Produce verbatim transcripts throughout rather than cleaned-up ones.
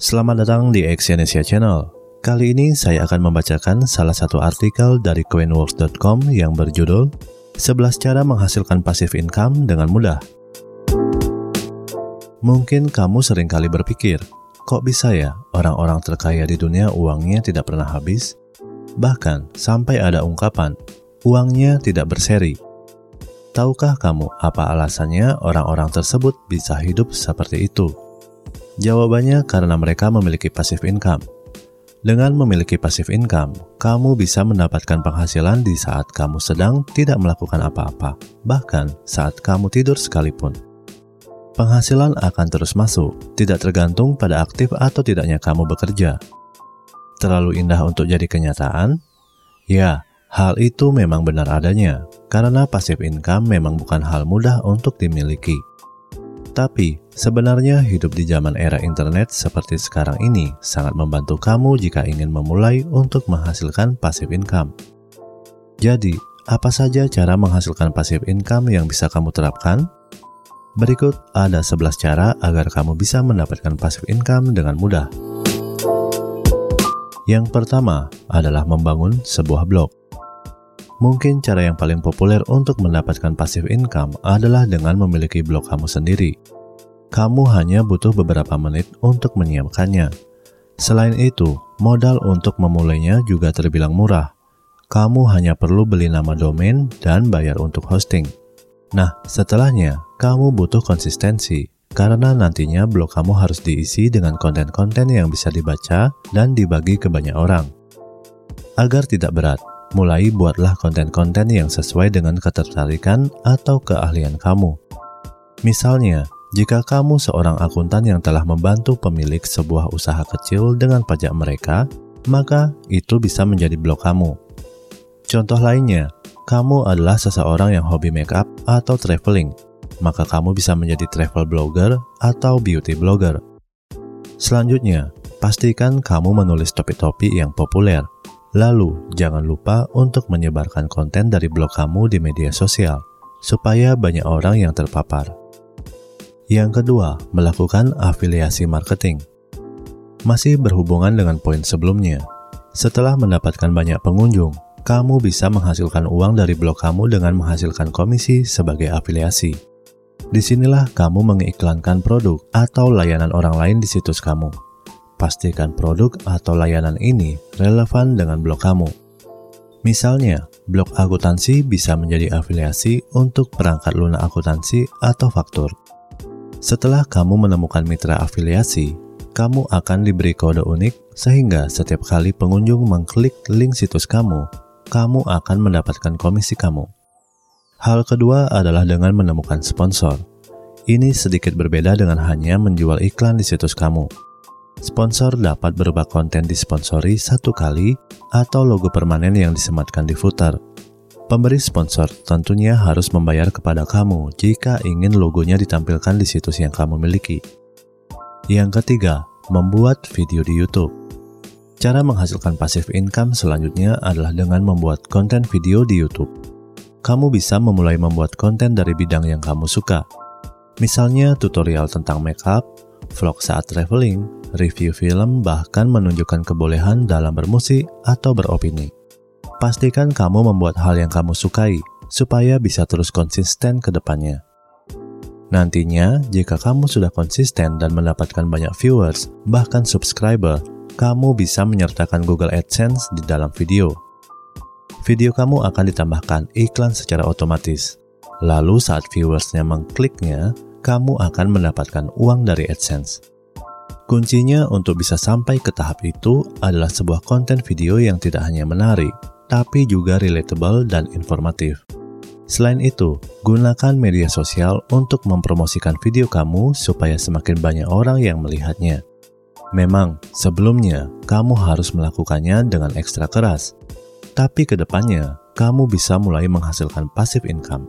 Selamat datang di Exyonesia Channel. Kali ini saya akan membacakan salah satu artikel dari coinworks dot com yang berjudul sebelas cara menghasilkan passive income dengan mudah. Mungkin kamu seringkali berpikir, kok bisa ya orang-orang terkaya di dunia uangnya tidak pernah habis? Bahkan sampai ada ungkapan, uangnya tidak berseri. Tahukah kamu apa alasannya orang-orang tersebut bisa hidup seperti itu? Jawabannya karena mereka memiliki passive income. Dengan memiliki passive income, kamu bisa mendapatkan penghasilan di saat kamu sedang tidak melakukan apa-apa, bahkan saat kamu tidur sekalipun. Penghasilan akan terus masuk, tidak tergantung pada aktif atau tidaknya kamu bekerja. Terlalu indah untuk jadi kenyataan? Ya, hal itu memang benar adanya, karena passive income memang bukan hal mudah untuk dimiliki. Tapi, sebenarnya hidup di zaman era internet seperti sekarang ini sangat membantu kamu jika ingin memulai untuk menghasilkan passive income. Jadi, apa saja cara menghasilkan passive income yang bisa kamu terapkan? Berikut ada sebelas cara agar kamu bisa mendapatkan passive income dengan mudah. Yang pertama adalah membangun sebuah blog. Mungkin cara yang paling populer untuk mendapatkan passive income adalah dengan memiliki blog kamu sendiri. Kamu hanya butuh beberapa menit untuk menyiapkannya. Selain itu, modal untuk memulainya juga terbilang murah. Kamu hanya perlu beli nama domain dan bayar untuk hosting. Nah, setelahnya, kamu butuh konsistensi, karena nantinya blog kamu harus diisi dengan konten-konten yang bisa dibaca dan dibagi ke banyak orang. Agar tidak berat, mulai buatlah konten-konten yang sesuai dengan ketertarikan atau keahlian kamu. Misalnya, jika kamu seorang akuntan yang telah membantu pemilik sebuah usaha kecil dengan pajak mereka, maka itu bisa menjadi blog kamu. Contoh lainnya, kamu adalah seseorang yang hobi makeup atau traveling, maka kamu bisa menjadi travel blogger atau beauty blogger. Selanjutnya, pastikan kamu menulis topik-topik yang populer. Lalu, jangan lupa untuk menyebarkan konten dari blog kamu di media sosial, supaya banyak orang yang terpapar. Yang kedua, melakukan afiliasi marketing. Masih berhubungan dengan poin sebelumnya. Setelah mendapatkan banyak pengunjung, kamu bisa menghasilkan uang dari blog kamu dengan menghasilkan komisi sebagai afiliasi. Disinilah kamu mengiklankan produk atau layanan orang lain di situs kamu. Pastikan produk atau layanan ini relevan dengan blog kamu. Misalnya, blog akuntansi bisa menjadi afiliasi untuk perangkat lunak akuntansi atau faktur. Setelah kamu menemukan mitra afiliasi, kamu akan diberi kode unik sehingga setiap kali pengunjung mengklik link situs kamu, kamu akan mendapatkan komisi kamu. Hal kedua adalah dengan menemukan sponsor. Ini sedikit berbeda dengan hanya menjual iklan di situs kamu. Sponsor dapat berupa konten disponsori satu kali atau logo permanen yang disematkan di footer. Pemberi sponsor tentunya harus membayar kepada kamu jika ingin logonya ditampilkan di situs yang kamu miliki. Yang ketiga, membuat video di YouTube. Cara menghasilkan passive income selanjutnya adalah dengan membuat konten video di YouTube. Kamu bisa memulai membuat konten dari bidang yang kamu suka. Misalnya tutorial tentang makeup, vlog saat traveling, review film, bahkan menunjukkan kebolehan dalam bermusik atau beropini. Pastikan kamu membuat hal yang kamu sukai, supaya bisa terus konsisten ke depannya. Nantinya, jika kamu sudah konsisten dan mendapatkan banyak viewers, bahkan subscriber, kamu bisa menyertakan Google AdSense di dalam video. Video kamu akan ditambahkan iklan secara otomatis. Lalu saat viewersnya mengkliknya, kamu akan mendapatkan uang dari AdSense. Kuncinya untuk bisa sampai ke tahap itu adalah sebuah konten video yang tidak hanya menarik, tapi juga relatable dan informatif. Selain itu, gunakan media sosial untuk mempromosikan video kamu supaya semakin banyak orang yang melihatnya. Memang, sebelumnya, kamu harus melakukannya dengan ekstra keras. Tapi ke depannya, kamu bisa mulai menghasilkan passive income.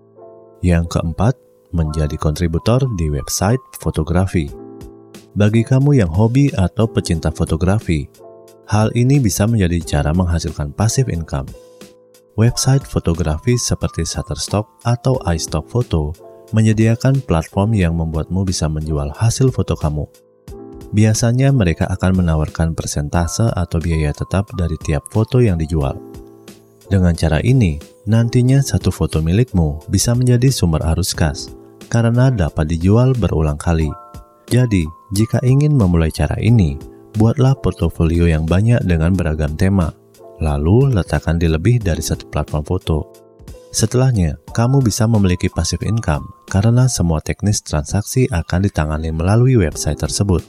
Yang keempat, menjadi kontributor di website fotografi. Bagi kamu yang hobi atau pecinta fotografi, hal ini bisa menjadi cara menghasilkan passive income. Website fotografi seperti Shutterstock atau iStock Photo menyediakan platform yang membuatmu bisa menjual hasil foto kamu. Biasanya mereka akan menawarkan persentase atau biaya tetap dari tiap foto yang dijual. Dengan cara ini, nantinya satu foto milikmu bisa menjadi sumber arus kas karena dapat dijual berulang kali. Jadi, jika ingin memulai cara ini, buatlah portofolio yang banyak dengan beragam tema, lalu letakkan di lebih dari satu platform foto. Setelahnya, kamu bisa memiliki passive income karena semua teknis transaksi akan ditangani melalui website tersebut.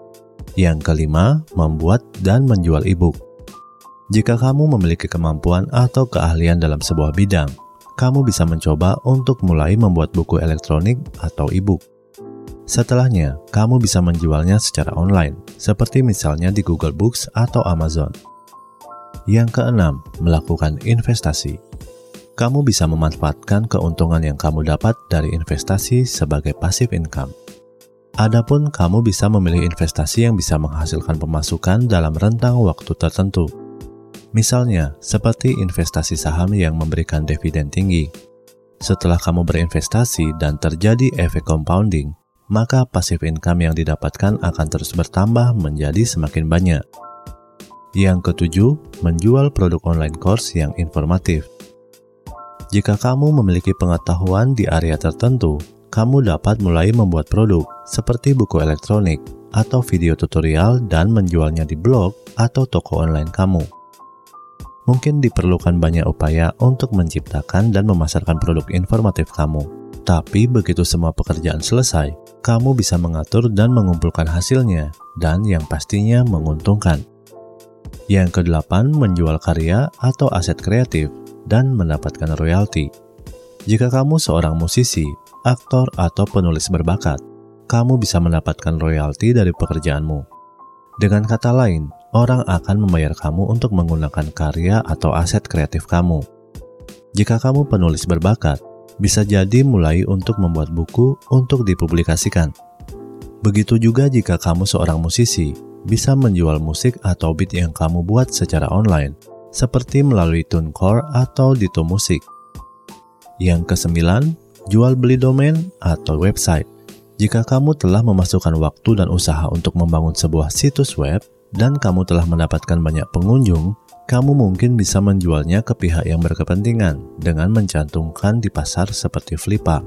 Yang kelima, membuat dan menjual e-book. Jika kamu memiliki kemampuan atau keahlian dalam sebuah bidang, kamu bisa mencoba untuk mulai membuat buku elektronik atau e-book. Setelahnya, kamu bisa menjualnya secara online, seperti misalnya di Google Books atau Amazon. Yang keenam, melakukan investasi. Kamu bisa memanfaatkan keuntungan yang kamu dapat dari investasi sebagai passive income. Adapun kamu bisa memilih investasi yang bisa menghasilkan pemasukan dalam rentang waktu tertentu. Misalnya, seperti investasi saham yang memberikan dividen tinggi. Setelah kamu berinvestasi dan terjadi efek compounding, maka passive income yang didapatkan akan terus bertambah menjadi semakin banyak. Yang ketujuh, menjual produk online course yang informatif. Jika kamu memiliki pengetahuan di area tertentu, kamu dapat mulai membuat produk seperti buku elektronik atau video tutorial dan menjualnya di blog atau toko online kamu. Mungkin diperlukan banyak upaya untuk menciptakan dan memasarkan produk informatif kamu. Tapi begitu semua pekerjaan selesai, kamu bisa mengatur dan mengumpulkan hasilnya dan yang pastinya menguntungkan. Yang kedelapan, menjual karya atau aset kreatif dan mendapatkan royalti. Jika kamu seorang musisi, aktor, atau penulis berbakat, kamu bisa mendapatkan royalti dari pekerjaanmu. Dengan kata lain, orang akan membayar kamu untuk menggunakan karya atau aset kreatif kamu. Jika kamu penulis berbakat, bisa jadi mulai untuk membuat buku untuk dipublikasikan. Begitu juga jika kamu seorang musisi, bisa menjual musik atau beat yang kamu buat secara online, seperti melalui TuneCore atau Ditto Music. Yang kesembilan, jual beli domain atau website. Jika kamu telah memasukkan waktu dan usaha untuk membangun sebuah situs web dan kamu telah mendapatkan banyak pengunjung, kamu mungkin bisa menjualnya ke pihak yang berkepentingan dengan mencantumkan di pasar seperti Flippa.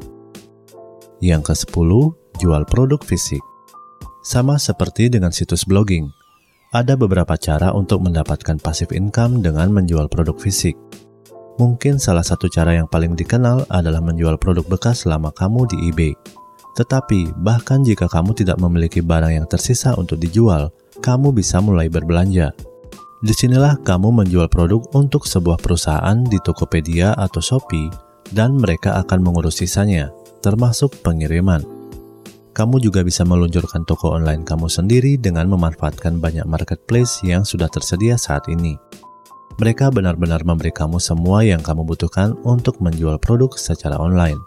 Yang kesepuluh, jual produk fisik. Sama seperti dengan situs blogging, ada beberapa cara untuk mendapatkan passive income dengan menjual produk fisik. Mungkin salah satu cara yang paling dikenal adalah menjual produk bekas selama kamu di eBay. Tetapi, bahkan jika kamu tidak memiliki barang yang tersisa untuk dijual, kamu bisa mulai berbelanja. Disinilah kamu menjual produk untuk sebuah perusahaan di Tokopedia atau Shopee, dan mereka akan mengurus sisanya, termasuk pengiriman. Kamu juga bisa meluncurkan toko online kamu sendiri dengan memanfaatkan banyak marketplace yang sudah tersedia saat ini. Mereka benar-benar memberi kamu semua yang kamu butuhkan untuk menjual produk secara online.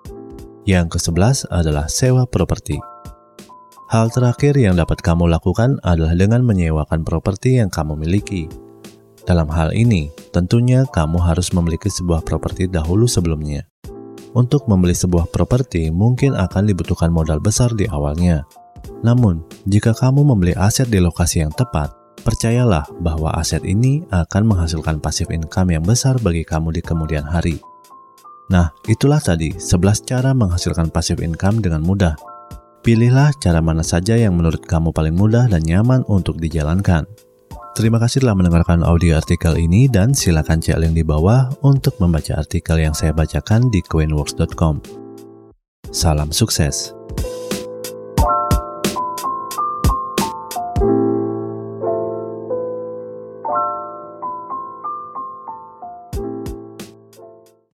Yang kesebelas adalah sewa properti. Hal terakhir yang dapat kamu lakukan adalah dengan menyewakan properti yang kamu miliki. Dalam hal ini, tentunya kamu harus memiliki sebuah properti dahulu sebelumnya. Untuk membeli sebuah properti mungkin akan dibutuhkan modal besar di awalnya. Namun, jika kamu membeli aset di lokasi yang tepat, percayalah bahwa aset ini akan menghasilkan passive income yang besar bagi kamu di kemudian hari. Nah, itulah tadi sebelas cara menghasilkan passive income dengan mudah. Pilihlah cara mana saja yang menurut kamu paling mudah dan nyaman untuk dijalankan. Terima kasih telah mendengarkan audio artikel ini dan silakan cek link di bawah untuk membaca artikel yang saya bacakan di coinworks dot com. Salam sukses!